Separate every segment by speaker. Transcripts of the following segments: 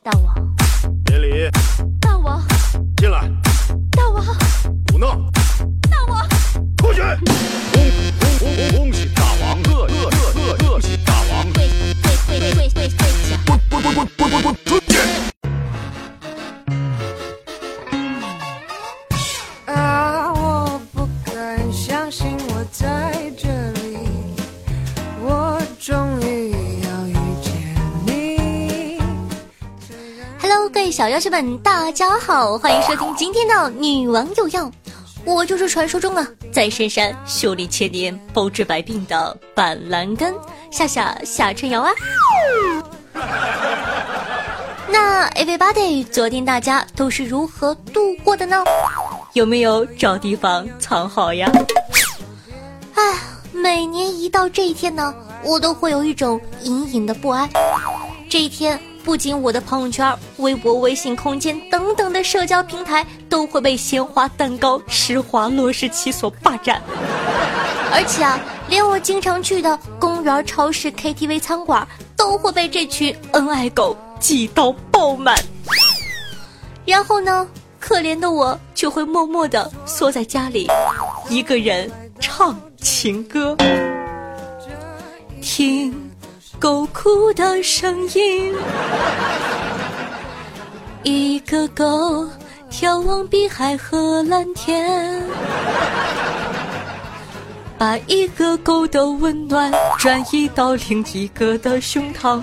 Speaker 1: 大王，
Speaker 2: 别理。
Speaker 1: 大王，
Speaker 2: 进来。
Speaker 1: 大王，
Speaker 2: 胡闹。
Speaker 1: 大王，
Speaker 2: 出去。恭喜大王，恭喜大王。
Speaker 1: 跪下！
Speaker 2: 滚，出去。
Speaker 3: 我不敢相信我在这里，我终于要遇见你。
Speaker 1: Hello， 各位小妖精们，大家好，欢迎收听今天的女王有药。我就是传说中在深山修历千年、包治百病的板蓝根夏春瑶啊。那 everybody， 昨天大家都是如何度过的呢？有没有找地方藏好呀？每年一到这一天呢，我都会有一种隐隐的不安。这一天不仅我的朋友圈、微博、微信空间等等的社交平台都会被鲜花、蛋糕、施华洛世奇所霸占，而且连我经常去的公园、超市、KTV、餐馆都会被这群恩爱狗挤到爆满。然后呢，可怜的我就会默默地缩在家里，一个人唱情歌，听狗哭的声音，一个狗眺望碧海和蓝天，把一个狗的温暖转移到另一个的胸膛。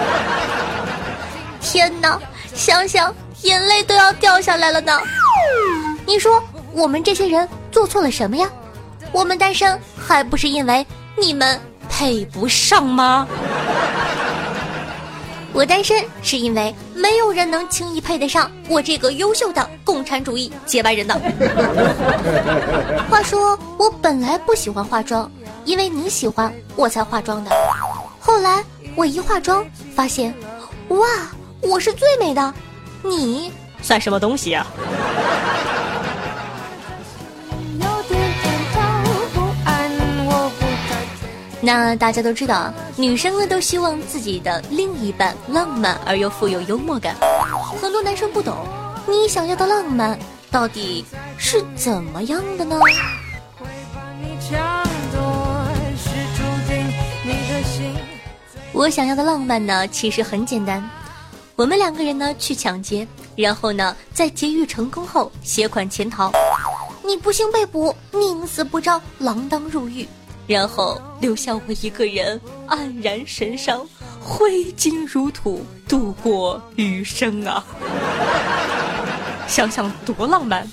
Speaker 1: 天哪，想想眼泪都要掉下来了呢。你说我们这些人做错了什么呀？我们单身还不是因为你们配不上吗？我单身是因为没有人能轻易配得上我这个优秀的共产主义接班人的。话说我本来不喜欢化妆，因为你喜欢我才化妆的。后来我一化妆发现，哇，我是最美的，你算什么东西啊？那大家都知道，女生呢都希望自己的另一半浪漫而又富有幽默感。很多男生不懂，你想要的浪漫到底是怎么样的呢？我想要的浪漫呢，其实很简单。我们两个人呢去抢劫，然后呢在劫狱成功后携款潜逃，你不幸被捕，宁死不招，锒铛入狱，然后留下我一个人黯然神伤，挥金如土，度过余生啊。想想多浪漫。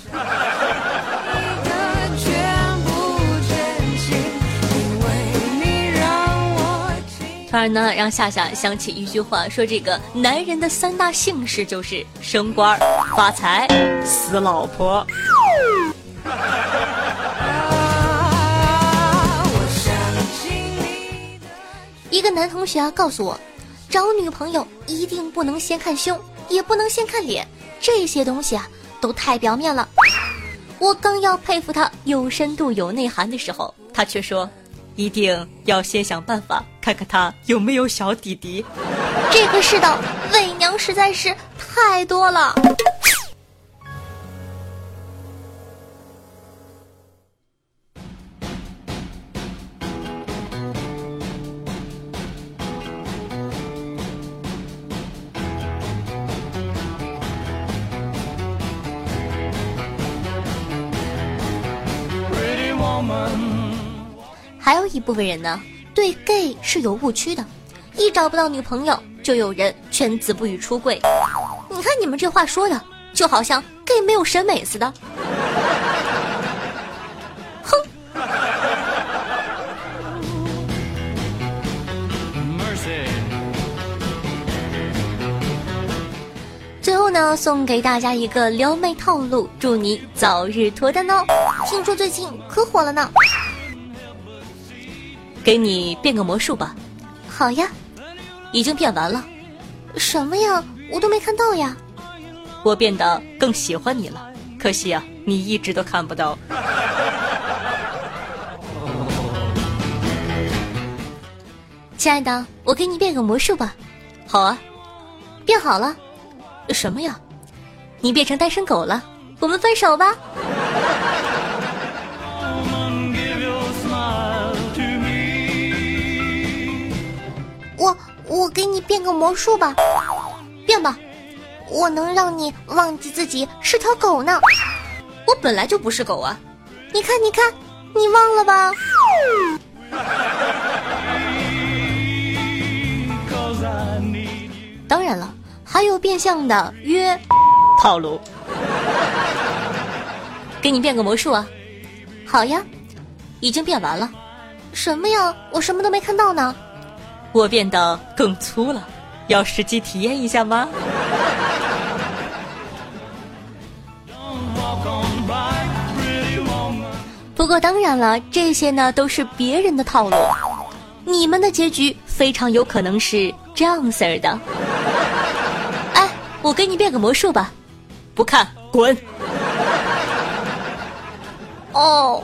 Speaker 1: 突然呢，让夏夏想起一句话，说这个男人的3大幸事就是升官、发财、死老婆。一个男同学告诉我，找女朋友一定不能先看胸，也不能先看脸，这些东西都太表面了。我刚要佩服他有深度有内涵的时候，他却说一定要先想办法看看他有没有小弟弟。这个世道伪娘实在是太多了。还有一部分人呢，对 gay 是有误区的，一找不到女朋友就有人劝子不语出柜。你看你们这话说的，就好像 gay 没有审美似的。哼。最后呢，送给大家一个撩妹套路，祝你早日脱单哦。听说最近可火了呢。给你变个魔术吧。好呀。已经变完了。什么呀？我都没看到呀。我变得更喜欢你了，可惜啊，你一直都看不到。亲爱的，我给你变个魔术吧。好啊。变好了。 什么呀？你变成单身狗了，我们分手吧。我给你变个魔术吧，变吧，我能让你忘记自己是条狗呢。我本来就不是狗啊，你看，你忘了吧？当然了，还有变相的约套路。给你变个魔术啊。好呀，已经变完了。什么呀？我什么都没看到呢。我变得更粗了，要实际体验一下吗？不过当然了，这些呢都是别人的套路，你们的结局非常有可能是这样式儿的。哎，我给你变个魔术吧。不看，滚。哦。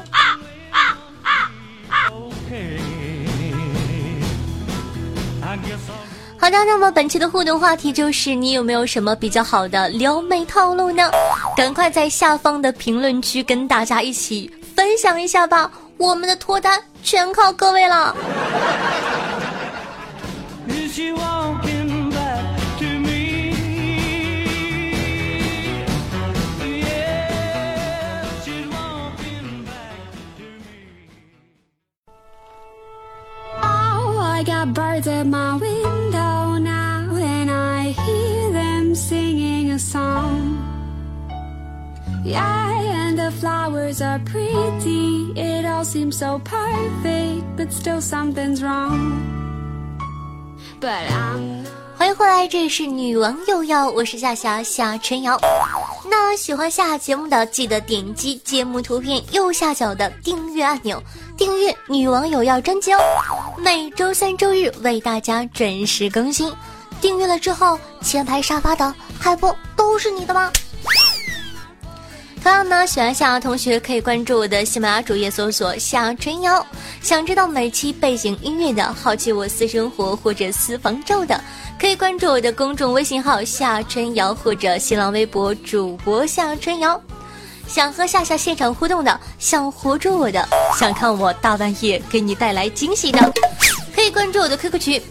Speaker 1: 好的，那么本期的互动话题就是你有没有什么比较好的撩妹套路呢？赶快在下方的评论区跟大家一起分享一下吧，我们的脱单全靠各位了。
Speaker 4: I got birds at my window now, and I hear them singing a song. Yeah, and the flowers are pretty, it all seems so perfect, but still something's wrong. But I'm
Speaker 1: 欢迎回来，这里是女王又要，我是夏春瑶。那喜欢夏节目的，记得点击节目图片右下角的订阅按钮，订阅女王有要专辑哦。每周三周日为大家准时更新，订阅了之后，前排沙发的海波都是你的吗？同样呢，喜欢夏同学可以关注我的喜马拉雅主页，搜索夏春瑶。想知道每期背景音乐的，好奇我私生活或者私房照的，可以关注我的公众微信号夏春瑶或者新浪微博主播夏春瑶。想和夏现场互动的，想活捉我的，想看我大半夜给你带来惊喜的，可以关注我的 QQ 群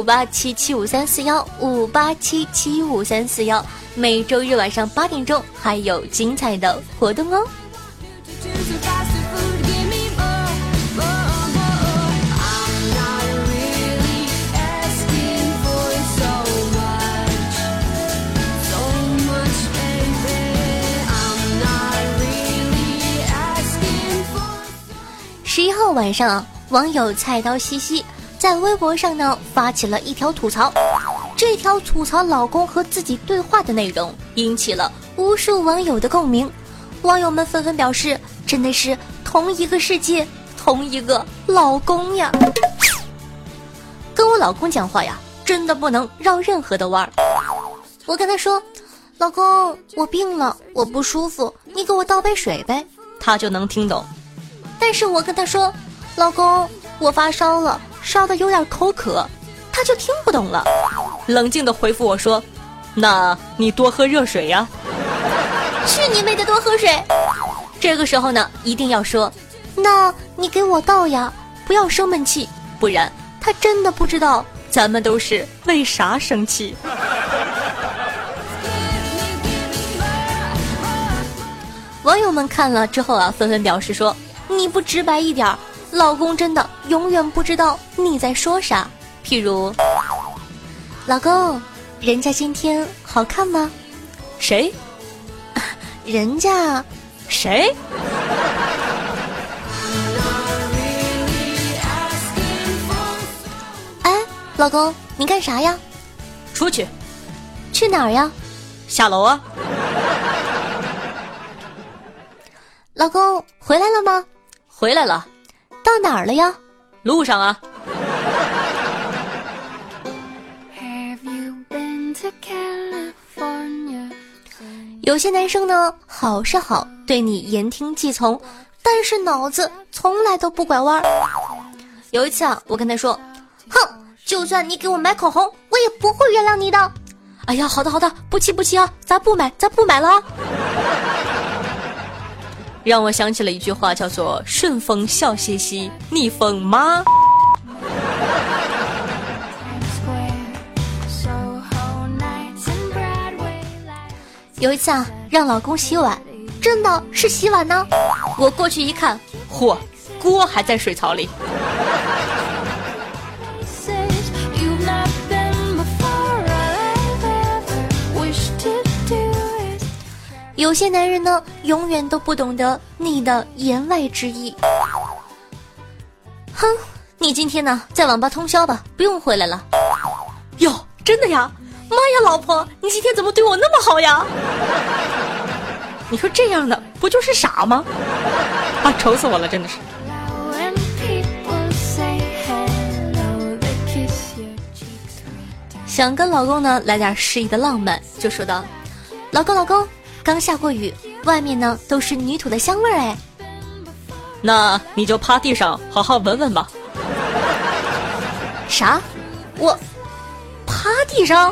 Speaker 1: 587753415877534，每周日晚上8点钟还有精彩的活动哦。11号晚上，网友菜刀西西在微博上呢发起了一条吐槽，这条吐槽老公和自己对话的内容引起了无数网友的共鸣，网友们纷纷表示真的是同一个世界，同一个老公呀。跟我老公讲话呀，真的不能绕任何的弯儿。我跟他说，老公，我病了，我不舒服，你给我倒杯水呗，他就能听懂。但是我跟他说，老公，我发烧了，烧得有点口渴，他就听不懂了，冷静地回复我说，那你多喝热水呀。去你妹的，多喝水。这个时候呢，一定要说，那你给我倒呀，不要生闷气，不然他真的不知道咱们都是为啥生气。网友们看了之后啊，纷纷表示说，你不直白一点，老公真的永远不知道你在说啥。譬如，老公，人家今天好看吗？谁？人家谁？哎，老公，你干啥呀？出去。去哪儿呀？下楼啊。老公，回来了吗？回来了。到哪儿了呀？路上啊。有些男生呢，好是好，对你言听计从，但是脑子从来都不拐弯。有一次啊，我跟他说，哼，就算你给我买口红，我也不会原谅你的。 哎呀，好的好的，不气啊，咱不买了啊。让我想起了一句话，叫做顺风笑嘻嘻，逆风妈。有一次啊，让老公洗碗，真的是洗碗呢。我过去一看，嚯，锅还在水槽里。有些男人呢，永远都不懂得你的言外之意。哼，你今天呢，在网吧通宵吧，不用回来了。哟，真的呀？妈呀，老婆，你今天怎么对我那么好呀？你说这样的不就是傻吗？啊，愁死我了，真的是。想跟老公呢来点诗意的浪漫，就说道：老公，刚下过雨，外面呢都是泥土的香味儿哎。那你就趴地上好好闻闻吧。啥？我趴地上？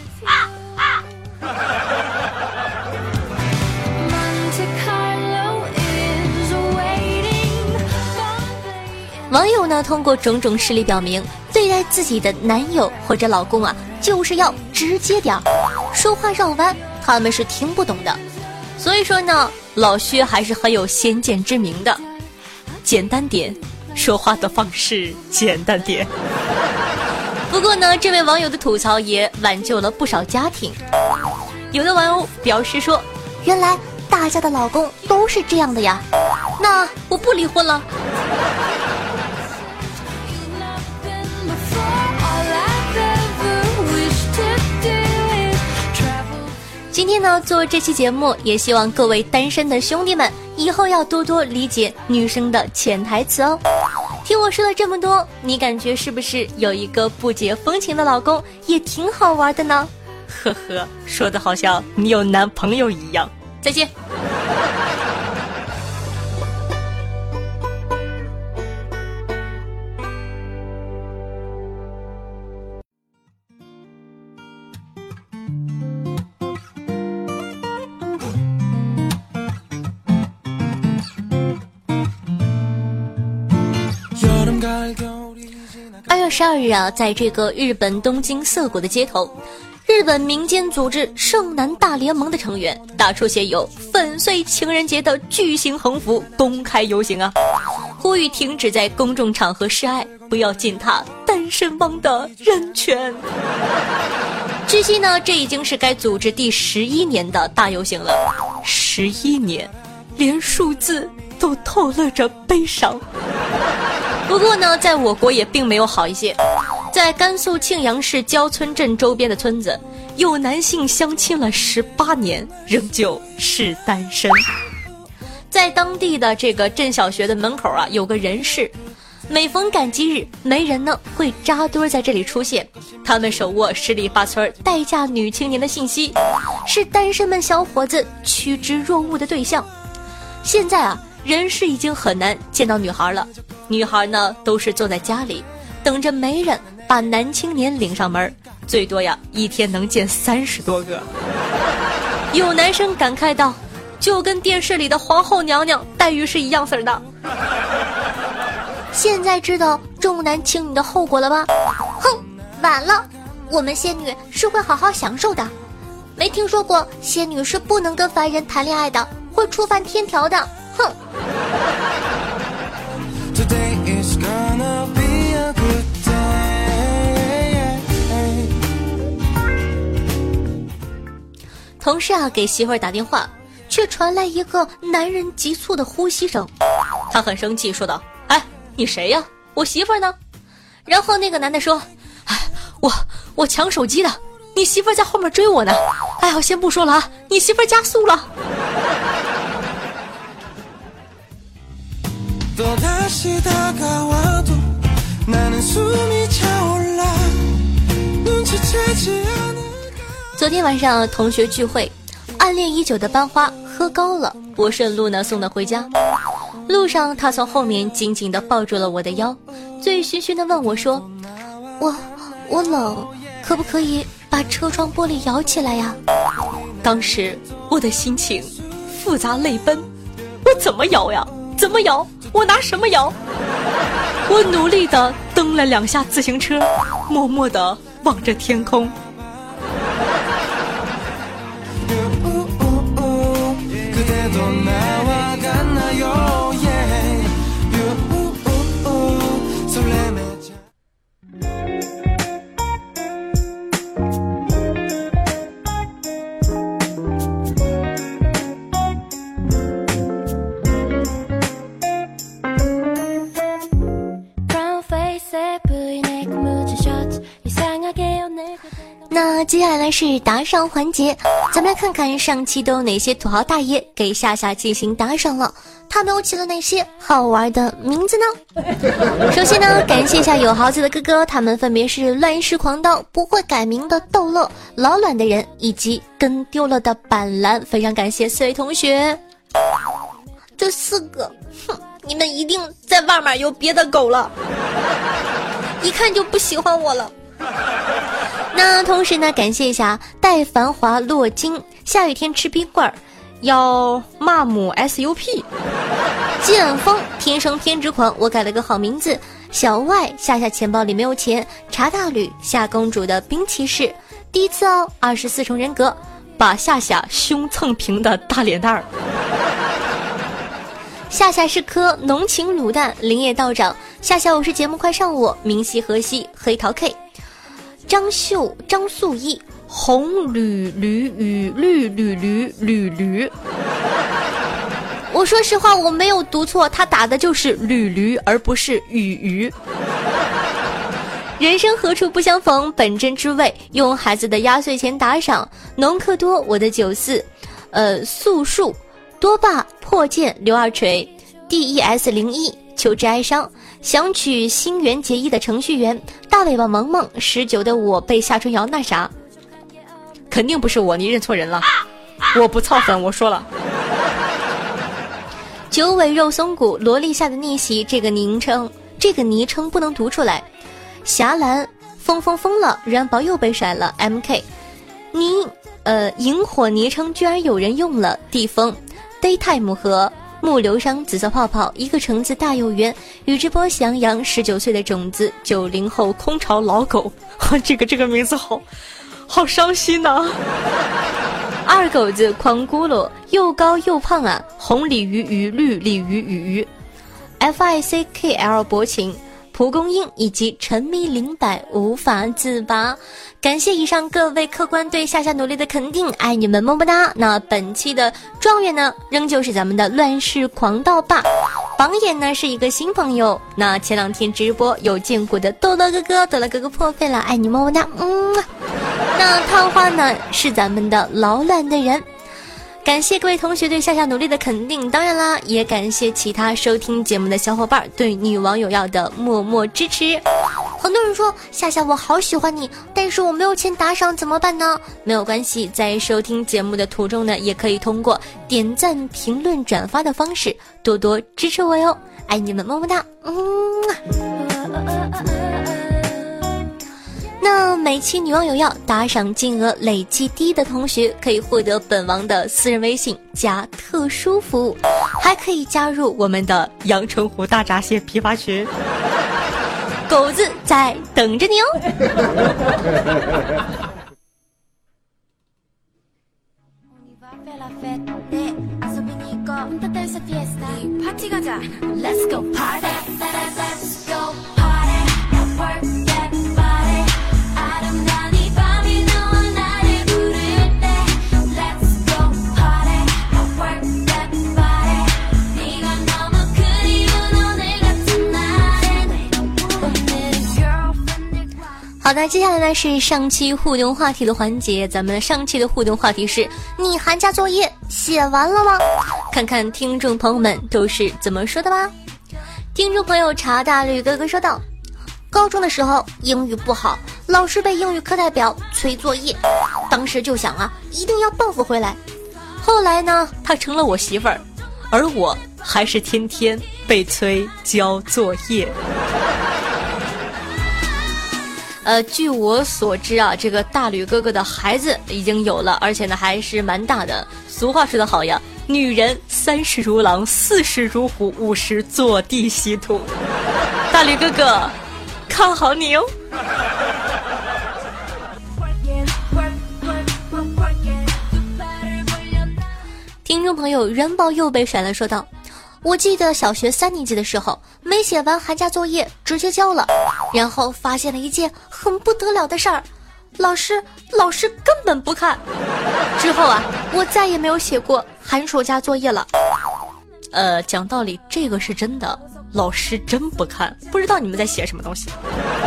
Speaker 1: 网友呢通过种种事例表明，对待自己的男友或者老公啊，就是要直接点儿，说话绕弯他们是听不懂的。所以说呢，老薛还是很有先见之明的，简单点，说话的方式简单点。不过呢，这位网友的吐槽也挽救了不少家庭。有的网友表示说，原来大家的老公都是这样的呀，那我不离婚了。今天呢，做这期节目也希望各位单身的兄弟们以后要多多理解女生的潜台词哦。听我说了这么多，你感觉是不是有一个不解风情的老公也挺好玩的呢？呵呵，说的好像你有男朋友一样。再见。2月12日啊，在这个日本东京涩谷的街头，日本民间组织圣男大联盟的成员打出写有粉碎情人节的巨型横幅公开游行啊，呼吁停止在公众场合示爱，不要践踏单身汪的人权。据悉呢，这已经是该组织第11年的大游行了。11年，连数字都透露着悲伤。不过呢，在我国也并没有好一些。在甘肃庆阳市焦村镇周边的村子，有男性相亲了18年，仍旧是单身。在当地的这个镇小学的门口啊，有个人事，每逢赶集日，媒人呢会扎堆在这里出现，他们手握十里八村待嫁女青年的信息，是单身们小伙子趋之若鹜的对象。现在啊，人事已经很难见到女孩了，女孩呢都是坐在家里等着媒人把男青年领上门，最多呀一天能见30多个。有男生感慨道，就跟电视里的皇后娘娘待遇是一样式的。现在知道重男轻女的后果了吧？哼，晚了，我们仙女是会好好享受的。没听说过仙女是不能跟凡人谈恋爱的，会触犯天条的。哼。同事啊给媳妇儿打电话，却传来一个男人急促的呼吸声。他很生气说道，哎，你谁呀？我媳妇儿呢？然后那个男的说，哎，我抢手机的，你媳妇儿在后面追我呢。哎呀，先不说了啊，你媳妇儿加速了。昨天晚上同学聚会，暗恋已久的班花喝高了，我顺路呢送她回家。路上她从后面紧紧地抱住了我的腰，醉醺醺地问我说，我冷，可不可以把把车窗玻璃摇起来呀。当时我的心情复杂泪奔，我怎么摇呀？怎么摇？我拿什么摇？我努力地蹬了2下自行车，默默地望着天空。那接下来是打赏环节，咱们来看看上期都有哪些土豪大爷给夏夏进行打赏了，他们又起了哪些好玩的名字呢？首先呢，感谢一下有豪子的哥哥，他们分别是乱世狂刀、不会改名的逗乐、老卵的人以及跟丢了的板蓝，非常感谢4位同学。这4个，你们一定在外面有别的狗了，一看就不喜欢我了。那同时呢，感谢一下戴繁华落金，下雨天吃冰棍儿，要骂母 SUP， 剑锋天生偏执狂，我改了个好名字，小外夏夏钱包里没有钱，茶大吕夏公主的冰骑士，第一次哦，24重人格，把夏夏胸蹭平的大脸蛋儿。夏夏是颗浓情卤蛋，林业道长，夏夏我是节目快上我，明夕河西黑桃 K， 张素一，红吕驴与绿吕驴吕驴。我说实话，我没有读错，他打的就是吕驴，而不是雨鱼。人生何处不相逢，本真之味，用孩子的压岁钱打赏，农克多我的94，素树多霸破剑刘二锤 DES01 求之哀伤，想取新垣结衣的程序员，大尾巴萌萌19的我被夏春瑶那啥，肯定不是我，你认错人了，我不操粉，我说了。九尾肉松骨萝莉下的逆袭，这个昵称不能读出来。霞兰疯了，软宝又被甩了。MK 萤火昵称居然有人用了。地风 Daytime 和木流伤紫色泡泡，一个橙子大又圆，宇智波喜羊羊19岁的种子，90后空巢老狗。这个名字好伤心呐。二狗子狂咕噜又高又胖啊，红鲤鱼鱼绿鲤鱼鱼 FICKL 薄情蒲公英以及沉迷0百无法自拔。感谢以上各位客官对夏夏努力的肯定，爱你们么么哒。那本期的状元呢，仍旧是咱们的乱世狂盗霸，榜眼呢是一个新朋友。那前2天直播有见过的逗乐哥哥破费了，爱你么么哒。那探花呢是咱们的老懒的人。感谢各位同学对夏夏努力的肯定，当然啦，也感谢其他收听节目的小伙伴对女网友要的默默支持。很多人说夏夏我好喜欢你，但是我没有钱打赏怎么办呢？没有关系，在收听节目的途中呢，也可以通过点赞、评论、转发的方式多多支持我哟，爱你们么么哒。那每期女网友要打赏金额累计低的同学，可以获得本王的私人微信加特殊服务，还可以加入我们的阳澄湖大闸蟹批发群，狗子在等着你哦。好的，接下来呢是上期互动话题的环节。咱们上期的互动话题是：你寒假作业写完了吗？看看听众朋友们都是怎么说的吧。听众朋友茶大绿哥哥说道：高中的时候英语不好，老师被英语课代表催作业，当时就想啊，一定要报复回来。后来呢，她成了我媳妇儿，而我还是天天被催交作业。 据我所知啊，这个大吕哥哥的孩子已经有了，而且呢还是蛮大的。俗话说得好呀，女人30如狼，40如虎，50坐地吸土。大吕哥哥，看好你哦。听众朋友元宝又被甩了，说道：我记得小学3年级的时候，没写完寒假作业直接交了，然后发现了一件很不得了的事儿，老师根本不看。之后啊，我再也没有写过寒暑假作业了。讲道理，这个是真的，老师真不看，不知道你们在写什么东西。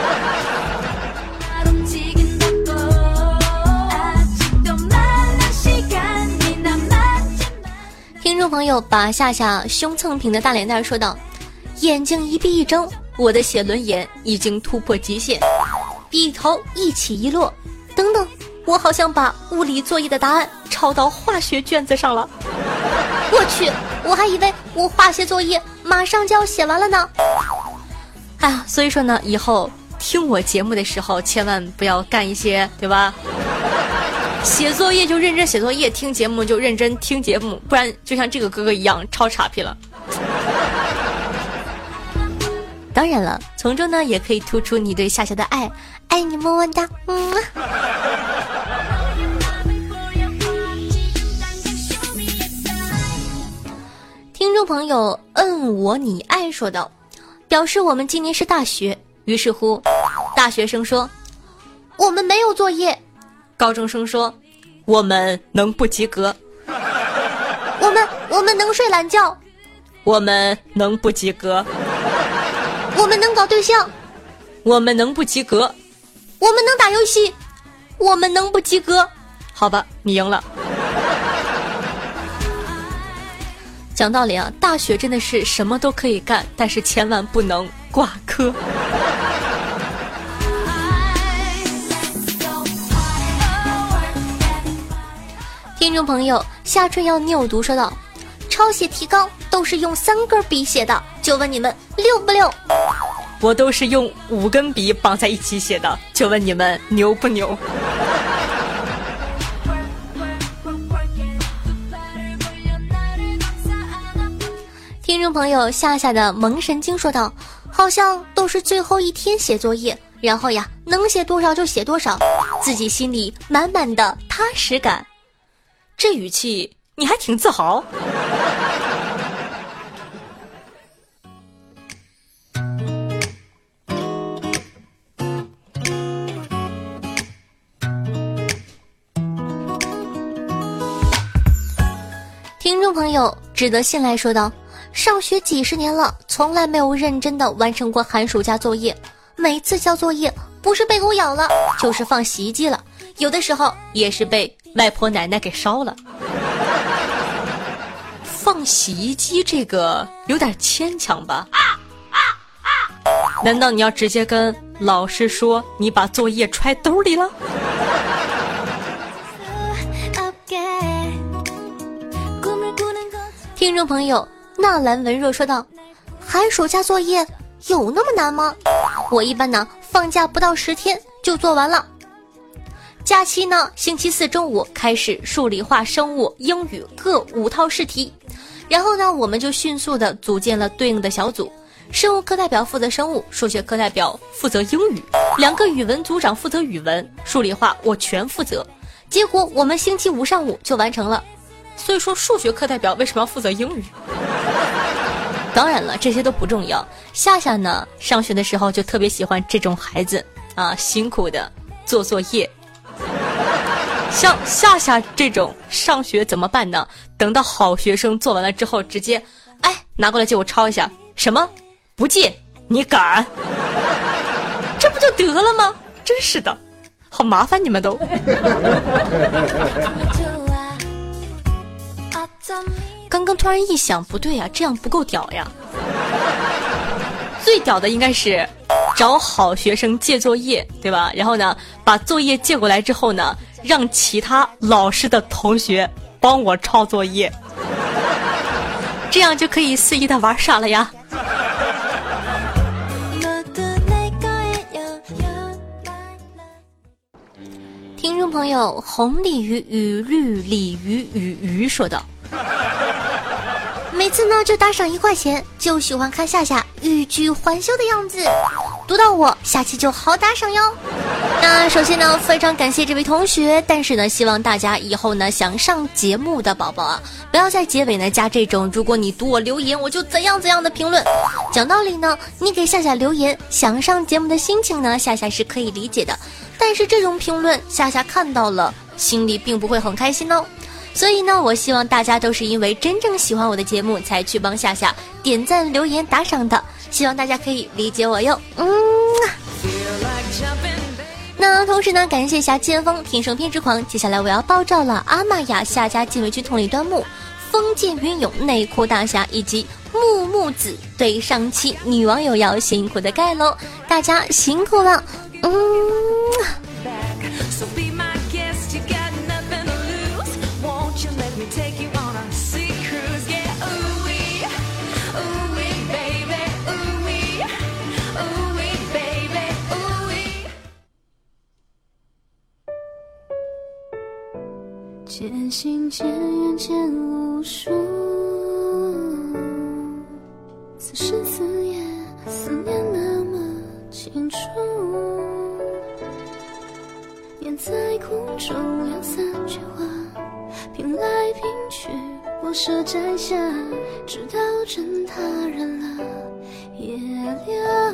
Speaker 1: 听众朋友把夏夏胸蹭平的大脸蛋说道：眼睛一闭一睁，我的写轮眼已经突破极限，笔头一起一落，等等，我好像把物理作业的答案抄到化学卷子上了。我去，我还以为我化学作业马上就要写完了呢。哎呀，所以说呢，以后听我节目的时候千万不要干一些，对吧？写作业就认真写作业，听节目就认真听节目，不然就像这个哥哥一样超傻逼了。当然了，从中呢也可以突出你对夏夏的爱，爱你么么哒。听众朋友我你爱说道，表示我们今年是大学，于是乎大学生说我们没有作业，高中生说我们能不及格，我们能睡懒觉，我们能不及格，我们能搞对象，我们能不及格，我们能打游戏，我们能不及格。好吧，你赢了。讲道理啊，大学真的是什么都可以干，但是千万不能挂科。听众朋友夏春瑶你有毒说道，抄写提纲都是用3根笔写的，就问你们溜不溜？我都是用5根笔绑在一起写的，就问你们牛不牛？听众朋友夏夏的萌神经说道，好像都是最后一天写作业，然后呀能写多少就写多少，自己心里满满的踏实感。这语气你还挺自豪。听众朋友只得信来说道，上学几10年了，从来没有认真的完成过寒暑假作业，每次交作业不是被狗咬了，就是放洗衣机了，有的时候也是被外婆奶奶给烧了。放洗衣机这个有点牵强吧？难道你要直接跟老师说你把作业揣兜里了？听众朋友纳兰文若说道，寒暑假作业有那么难吗？我一般呢放假不到10天就做完了。假期呢，星期4中午开始数理化、生物、英语各5套试题，然后呢，我们就迅速的组建了对应的小组，生物课代表负责生物，数学课代表负责英语，2个语文组长负责语文，数理化我全负责。结果我们星期5上午就完成了。所以说数学课代表为什么要负责英语？当然了，这些都不重要。夏夏呢，上学的时候就特别喜欢这种孩子啊，辛苦的做作业。像夏夏这种上学怎么办呢？等到好学生做完了之后，直接拿过来借我抄一下。什么？不借？你敢？这不就得了吗？真是的，好麻烦你们都。刚刚突然一想，不对呀，这样不够屌呀。最屌的应该是找好学生借作业，对吧？然后呢，把作业借过来之后呢，让其他老师的同学帮我抄作业，这样就可以肆意的玩耍了呀。 众朋友红鲤鱼与绿鲤鱼与鱼说道，每次呢就打赏1块钱，就喜欢看夏夏欲拒还休的样子，读到我下期就好打赏哟。那首先呢非常感谢这位同学，但是呢希望大家以后呢想上节目的宝宝啊，不要在结尾呢加这种如果你读我留言我就怎样怎样的评论。讲道理呢，你给夏夏留言想上节目的心情呢夏夏是可以理解的，但是这种评论夏夏看到了心里并不会很开心哦。所以呢我希望大家都是因为真正喜欢我的节目才去帮夏夏点赞留言打赏的，希望大家可以理解我哟。那同时呢感谢侠剑锋天生偏执狂，接下来我要爆照了阿玛雅夏家禁卫军统领端木封建云勇内裤大侠以及木木子对上期女网友要辛苦的盖喽，大家辛苦了。
Speaker 4: 渐行渐远渐无数，此时此夜思念那么清楚，念在空中两三句话，拼来拼去不舍摘下，直到真他人了夜凉。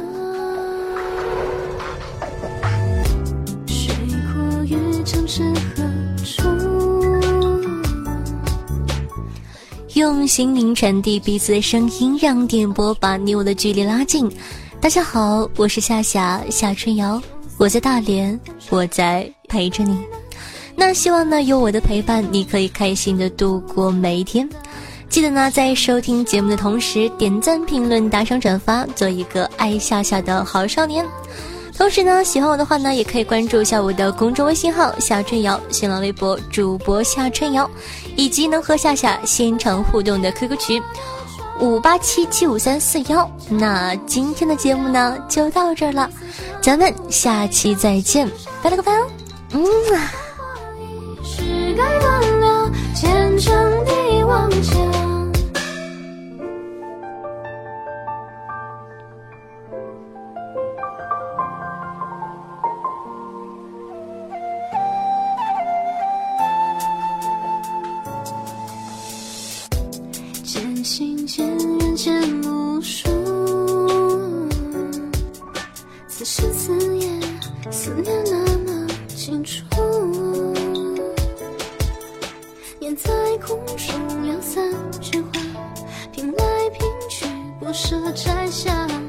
Speaker 4: 水阔鱼肠是何处，
Speaker 1: 用心灵传递彼此的声音，让电波把你我的距离拉近。大家好，我是夏夏夏春瑶，我在大连，我在陪着你。那希望呢有我的陪伴，你可以开心的度过每一天。记得呢在收听节目的同时点赞评论打赏转发，做一个爱夏夏的好少年。同时呢喜欢我的话呢也可以关注一下我的公众微信号夏春瑶，新浪微博主播夏春瑶，以及能和夏夏现场互动的 QQ 群587753441。那今天的节目呢就到这儿了，咱们下期再见，拜了个拜哦。
Speaker 4: 是该忘了虔诚的妄想，渐行渐远渐无数，此时此夜思念那么清楚，念在空中两三句话，拼来拼去不舍摘下。